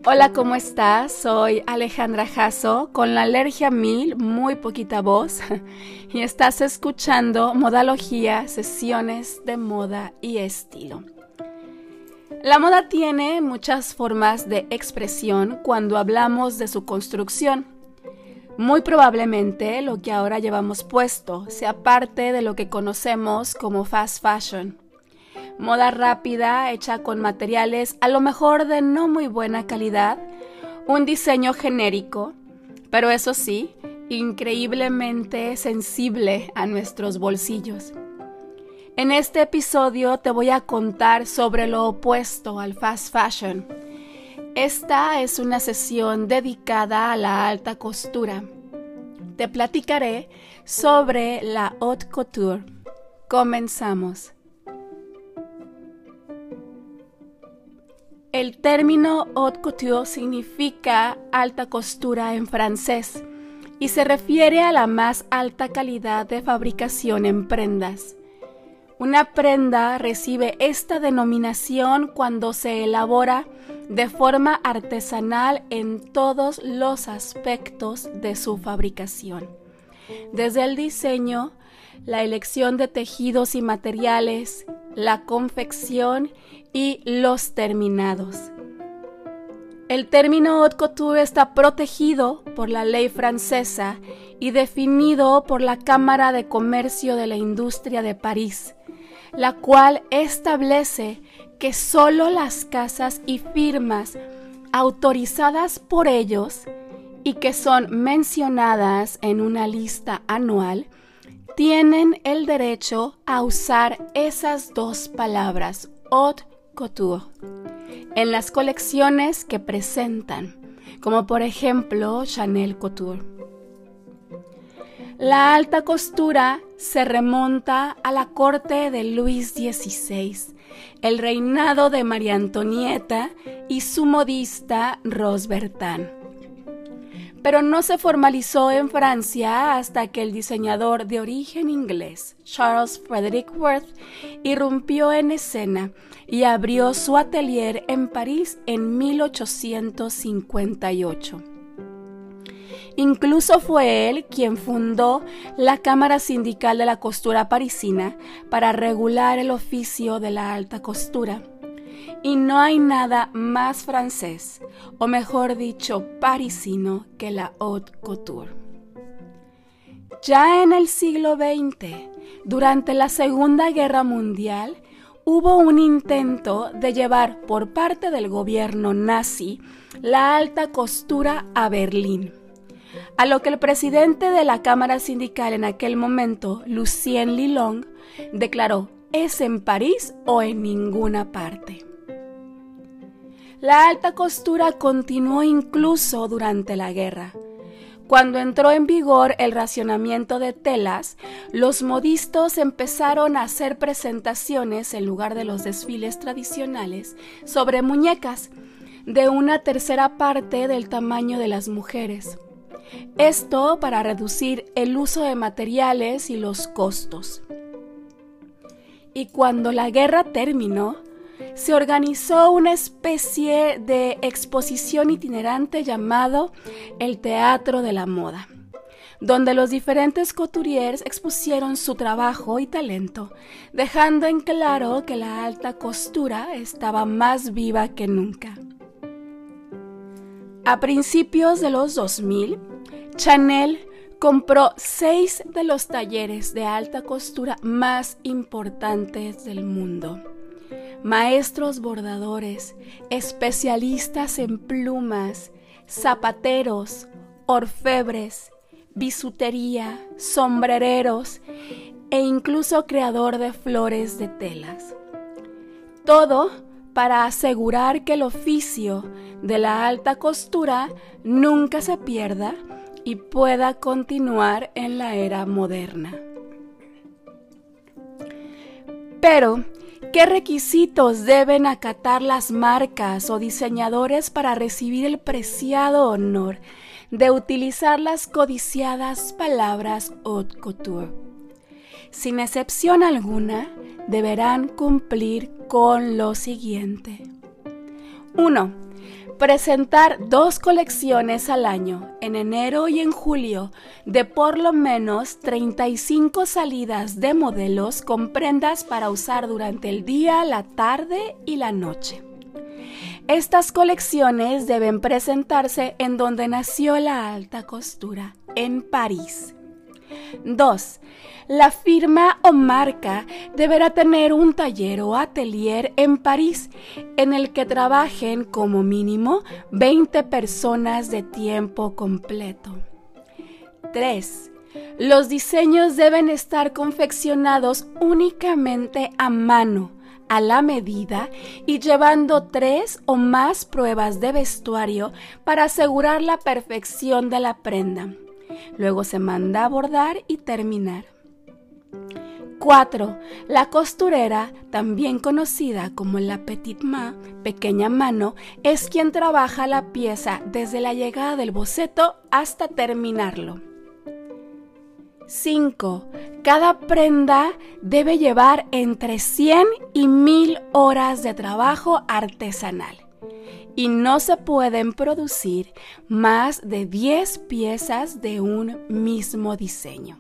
Hola, ¿cómo estás? Soy Alejandra Jasso, con la alergia 1000, muy poquita voz, y estás escuchando Modalogía, sesiones de moda y estilo. La moda tiene muchas formas de expresión cuando hablamos de su construcción. Muy probablemente lo que ahora llevamos puesto sea parte de lo que conocemos como fast fashion. Moda rápida, hecha con materiales a lo mejor de no muy buena calidad, un diseño genérico, pero eso sí, increíblemente sensible a nuestros bolsillos. En este episodio te voy a contar sobre lo opuesto al fast fashion. Esta es una sesión dedicada a la alta costura. Te platicaré sobre la haute couture. Comenzamos. El término haute couture significa alta costura en francés y se refiere a la más alta calidad de fabricación en prendas. Una prenda recibe esta denominación cuando se elabora de forma artesanal en todos los aspectos de su fabricación, desde el diseño, la elección de tejidos y materiales, la confección y los terminados. El término haute couture está protegido por la ley francesa y definido por la Cámara de Comercio de la Industria de París, la cual establece que solo las casas y firmas autorizadas por ellos y que son mencionadas en una lista anual tienen el derecho a usar esas dos palabras, haute couture, en las colecciones que presentan, como por ejemplo Chanel Couture. La alta costura se remonta a la corte de Luis XVI, el reinado de María Antonieta y su modista Rose Bertin. Pero no se formalizó en Francia hasta que el diseñador de origen inglés, Charles Frederick Worth, irrumpió en escena y abrió su atelier en París en 1858. Incluso fue él quien fundó la Cámara Sindical de la Costura Parisina para regular el oficio de la alta costura. Y no hay nada más francés, o mejor dicho, parisino, que la haute couture. Ya en el siglo XX, durante la Segunda Guerra Mundial, hubo un intento de llevar por parte del gobierno nazi la alta costura a Berlín, a lo que el presidente de la Cámara Sindical en aquel momento, Lucien Lelong, declaró: «Es en París o en ninguna parte». La alta costura continuó incluso durante la guerra. Cuando entró en vigor el racionamiento de telas, los modistas empezaron a hacer presentaciones en lugar de los desfiles tradicionales sobre muñecas de una tercera parte del tamaño de las mujeres. Esto para reducir el uso de materiales y los costos. Y cuando la guerra terminó, se organizó una especie de exposición itinerante llamado el Teatro de la Moda, donde los diferentes couturiers expusieron su trabajo y talento, dejando en claro que la alta costura estaba más viva que nunca. A principios de los 2000, Chanel compró 6 de los talleres de alta costura más importantes del mundo. Maestros bordadores, especialistas en plumas, zapateros, orfebres, bisutería, sombrereros e incluso creador de flores de telas. Todo para asegurar que el oficio de la alta costura nunca se pierda y pueda continuar en la era moderna. Pero, ¿qué requisitos deben acatar las marcas o diseñadores para recibir el preciado honor de utilizar las codiciadas palabras haute couture? Sin excepción alguna, deberán cumplir con lo siguiente. 1. presentar 2 colecciones al año, en enero y en julio, de por lo menos 35 salidas de modelos con prendas para usar durante el día, la tarde y la noche. Estas colecciones deben presentarse en donde nació la alta costura, en París. 2. La firma o marca deberá tener un taller o atelier en París en el que trabajen como mínimo 20 personas de tiempo completo. 3. Los diseños deben estar confeccionados únicamente a mano, a la medida y llevando 3 o más pruebas de vestuario para asegurar la perfección de la prenda. Luego se manda a bordar y terminar. 4. La costurera, también conocida como la petite main, pequeña mano, es quien trabaja la pieza desde la llegada del boceto hasta terminarlo. 5. Cada prenda debe llevar entre 100 y 1000 horas de trabajo artesanal y no se pueden producir más de 10 piezas de un mismo diseño.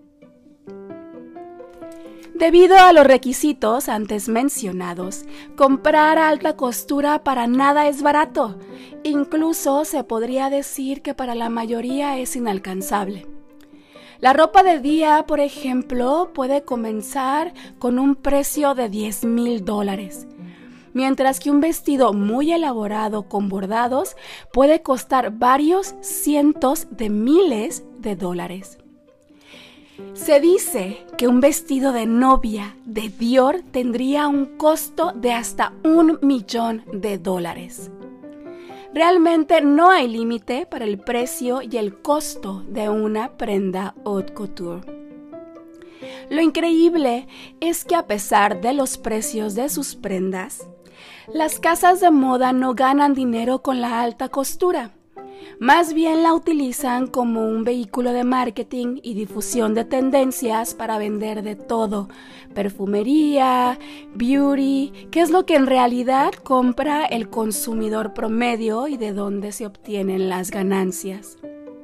Debido a los requisitos antes mencionados, comprar alta costura para nada es barato. Incluso se podría decir que para la mayoría es inalcanzable. La ropa de día, por ejemplo, puede comenzar con un precio de $10,000, mientras que un vestido muy elaborado con bordados puede costar varios cientos de miles de dólares. Se dice que un vestido de novia de Dior tendría un costo de hasta $1 millón. Realmente no hay límite para el precio y el costo de una prenda haute couture. Lo increíble es que a pesar de los precios de sus prendas, las casas de moda no ganan dinero con la alta costura. Más bien la utilizan como un vehículo de marketing y difusión de tendencias para vender de todo, perfumería, beauty, que es lo que en realidad compra el consumidor promedio y de dónde se obtienen las ganancias.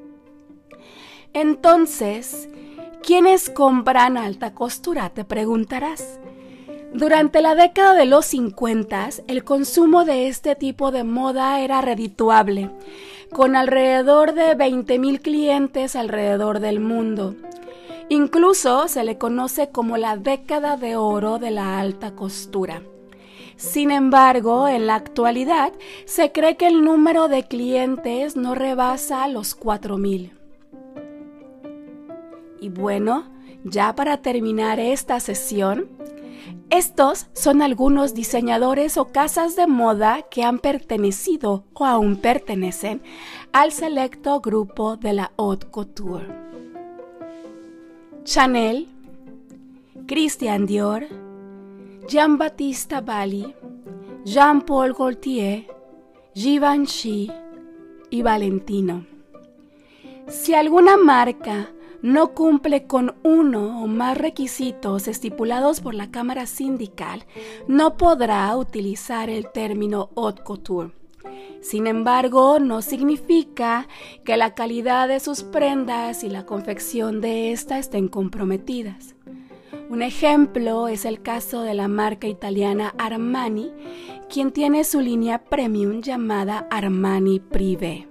Entonces, ¿quiénes compran alta costura?, te preguntarás. Durante la década de los 50, el consumo de este tipo de moda era redituable, con alrededor de 20,000 clientes alrededor del mundo. Incluso se le conoce como la década de oro de la alta costura. Sin embargo, en la actualidad se cree que el número de clientes no rebasa los 4,000. Y bueno, ya para terminar esta sesión, estos son algunos diseñadores o casas de moda que han pertenecido o aún pertenecen al selecto grupo de la haute couture. Chanel, Christian Dior, Jean-Baptiste Valli, Jean-Paul Gaultier, Givenchy y Valentino. Si alguna marca no cumple con uno o más requisitos estipulados por la Cámara Sindical, no podrá utilizar el término haute couture. Sin embargo, no significa que la calidad de sus prendas y la confección de ésta estén comprometidas. Un ejemplo es el caso de la marca italiana Armani, quien tiene su línea premium llamada Armani Privé.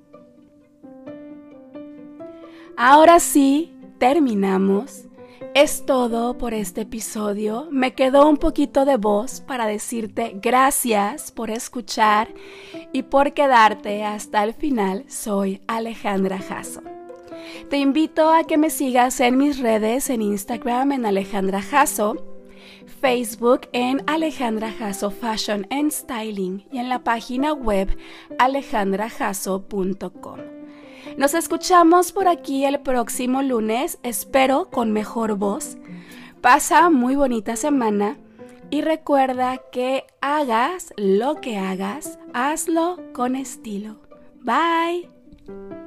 Ahora sí, terminamos. Es todo por este episodio. Me quedó un poquito de voz para decirte gracias por escuchar y por quedarte hasta el final. Soy Alejandra Jasso. Te invito a que me sigas en mis redes, en Instagram en Alejandra Jasso, Facebook en Alejandra Jasso Fashion and Styling y en la página web alejandrajasso.com. Nos escuchamos por aquí el próximo lunes, espero con mejor voz. Pasa muy bonita semana y recuerda que hagas lo que hagas, hazlo con estilo. Bye.